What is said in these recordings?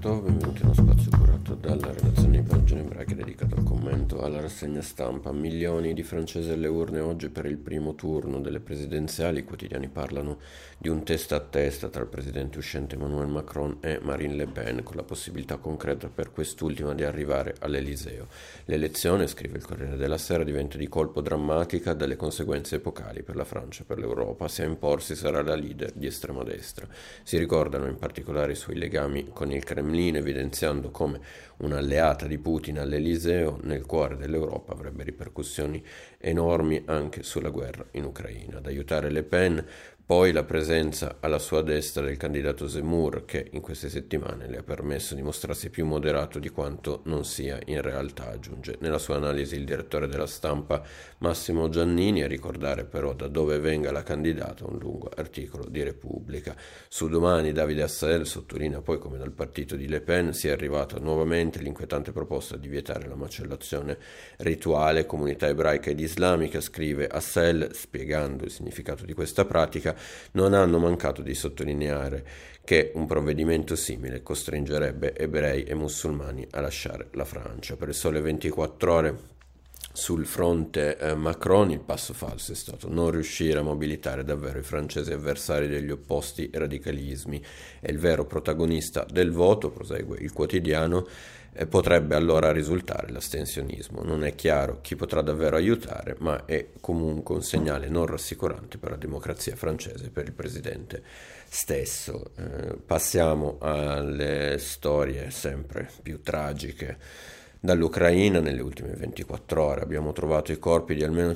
tutto, benvenuti in uno spazio curato dalla redazione di Pagine Ebraiche dedicato al commento alla rassegna stampa. Milioni di francesi alle urne oggi per il primo turno delle presidenziali. I quotidiani parlano di un testa a testa tra il presidente uscente Emmanuel Macron e Marine Le Pen, con la possibilità concreta per quest'ultima di arrivare all'Eliseo. L'elezione, scrive il Corriere della Sera, diventa di colpo drammatica dalle conseguenze epocali per la Francia e per l'Europa. Se a imporsi sarà la leader di estrema destra. Si ricordano in particolare i suoi legami con il Cremlino, evidenziando come un'alleata di Putin all'Eliseo, nel cuore dell'Europa, avrebbe ripercussioni enormi anche sulla guerra in Ucraina. Ad aiutare Le Pen, poi la presenza alla sua destra del candidato Zemmour, che in queste settimane le ha permesso di mostrarsi più moderato di quanto non sia in realtà, aggiunge nella sua analisi il direttore della Stampa Massimo Giannini, a ricordare però da dove venga la candidata un lungo articolo di Repubblica. Su Domani Davide Assel sottolinea poi come dal partito di Le Pen sia arrivata nuovamente l'inquietante proposta di vietare la macellazione rituale. Comunità ebraica ed islamica, scrive Assel, spiegando il significato di questa pratica, non hanno mancato di sottolineare che un provvedimento simile costringerebbe ebrei e musulmani a lasciare la Francia. Per il Sole 24 Ore, sul fronte Macron, il passo falso è stato non riuscire a mobilitare davvero i francesi avversari degli opposti radicalismi. È il vero protagonista del voto, prosegue il quotidiano, potrebbe allora risultare l'astensionismo. Non è chiaro chi potrà davvero aiutare, ma è comunque un segnale non rassicurante per la democrazia francese e per il presidente stesso. Passiamo alle storie sempre più tragiche. Dall'Ucraina, nelle ultime 24 ore abbiamo trovato i corpi di almeno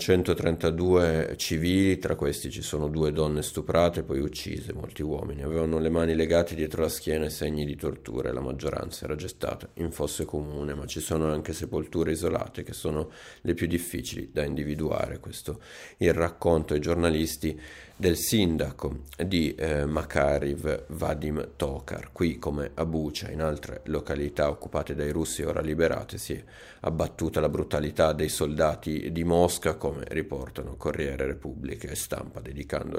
132 civili, tra questi ci sono 2 donne stuprate e poi uccise. Molti uomini avevano le mani legate dietro la schiena e segni di tortura e la maggioranza era gettata in fosse comune, ma ci sono anche sepolture isolate che sono le più difficili da individuare. Questo il racconto ai giornalisti del sindaco di Makariv, Vadim Tokar. Qui, come a Bucha, in altre località occupate dai russi e ora liberate, si è abbattuta la brutalità dei soldati di Mosca, come riportano Corriere, Repubblica e Stampa, dedicando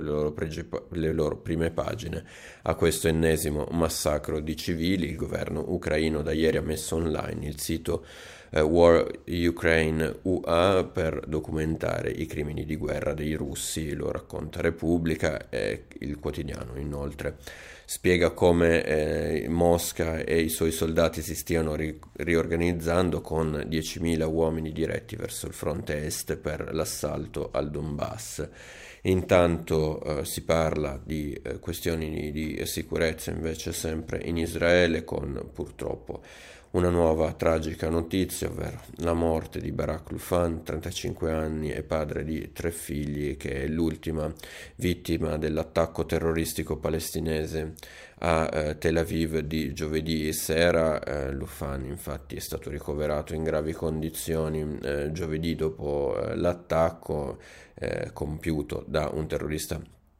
le loro prime pagine a questo ennesimo massacro di civili. Il governo ucraino da ieri ha messo online il sito War Ukraine UA per documentare i crimini di guerra dei russi, lo racconta Repubblica, e il quotidiano inoltre spiega come Mosca e i suoi soldati si stiano riorganizzando con 10.000 uomini diretti verso il fronte est per l'assalto al Donbass. Intanto si parla di questioni di sicurezza invece sempre in Israele, con purtroppo una nuova tragica notizia, ovvero la morte di Barak Lufan, 35 anni e padre di 3 figli, che è l'ultima vittima dell'attacco terroristico palestinese a Tel Aviv di giovedì sera. Lufan infatti è stato ricoverato in gravi condizioni giovedì dopo l'attacco compiuto da un terrorista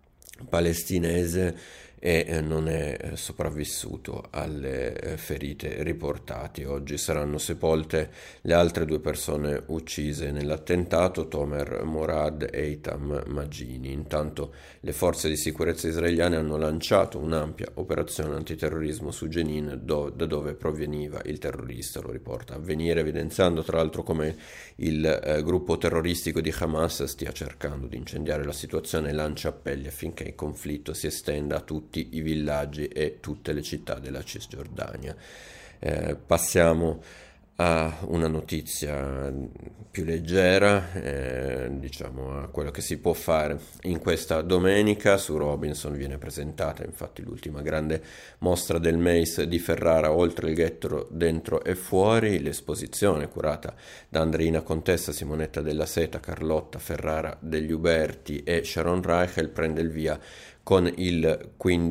palestinese e non è sopravvissuto alle ferite riportate. Oggi saranno sepolte le altre 2 persone uccise nell'attentato, Tomer Morad e Itam Magini. Intanto le forze di sicurezza israeliane hanno lanciato un'ampia operazione antiterrorismo su Jenin, da dove proveniva il terrorista, lo riporta Avvenire, evidenziando tra l'altro come il gruppo terroristico di Hamas stia cercando di incendiare la situazione e lancia appelli affinché il conflitto si estenda a tutti i villaggi e tutte le città della Cisgiordania. Passiamo a una notizia più leggera, diciamo a quello che si può fare in questa domenica. Su Robinson viene presentata infatti l'ultima grande mostra del MACE di Ferrara, Oltre il ghetto, dentro e fuori. L'esposizione, curata da Andreina Contessa, Simonetta Della Seta, Carlotta Ferrara degli Uberti e Sharon Reichel, prende il via con il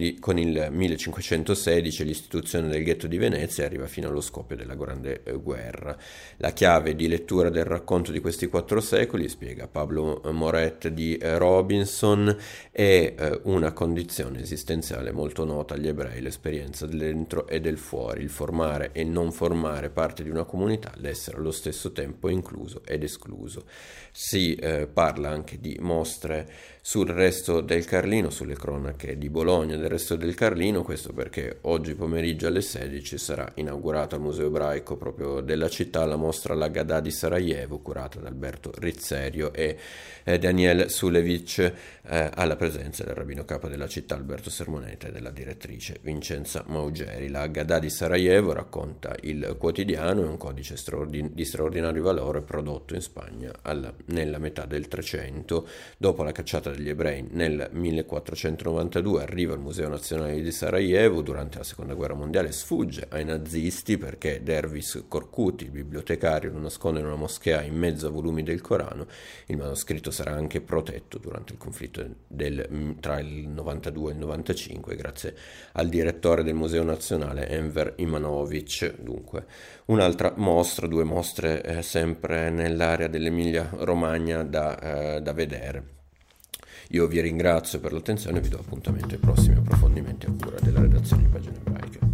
1516, l'istituzione del ghetto di Venezia, e arriva fino allo scoppio della Grande Guerra. La chiave di lettura del racconto di questi 4 secoli, spiega Pablo Moret di Robinson, è una condizione esistenziale molto nota agli ebrei, l'esperienza del dentro e del fuori, il formare e il non formare parte di una comunità, l'essere allo stesso tempo incluso ed escluso. Si parla anche di mostre sul resto del Carlino, sulle cronache di Bologna e del resto del Carlino, questo perché oggi pomeriggio alle 16 sarà inaugurata al Museo Ebraico proprio della città la mostra La Gadà di Sarajevo, curata da Alberto Rizzerio e Daniel Sulevic, alla presenza del rabbino capo della città Alberto Sermoneta e della direttrice Vincenza Maugeri. La Gadà di Sarajevo, racconta il quotidiano, è un codice di straordinario valore prodotto in Spagna nella metà del 300. Dopo la cacciata degli ebrei nel 1492 arriva al Museo Nazionale di Sarajevo. Durante la Seconda Guerra Mondiale sfugge ai nazisti perché Dervis Korkut, il bibliotecario, lo nasconde in una moschea in mezzo a volumi del Corano. Il manoscritto sarà anche protetto durante il conflitto tra il 92 e il 95 grazie al direttore del Museo Nazionale Enver Imanovic. Dunque un'altra mostra, due mostre sempre nell'area dell'Emilia Romagna da vedere. Io vi ringrazio per l'attenzione e vi do appuntamento ai prossimi approfondimenti a cura della redazione di Pagine Ebraiche.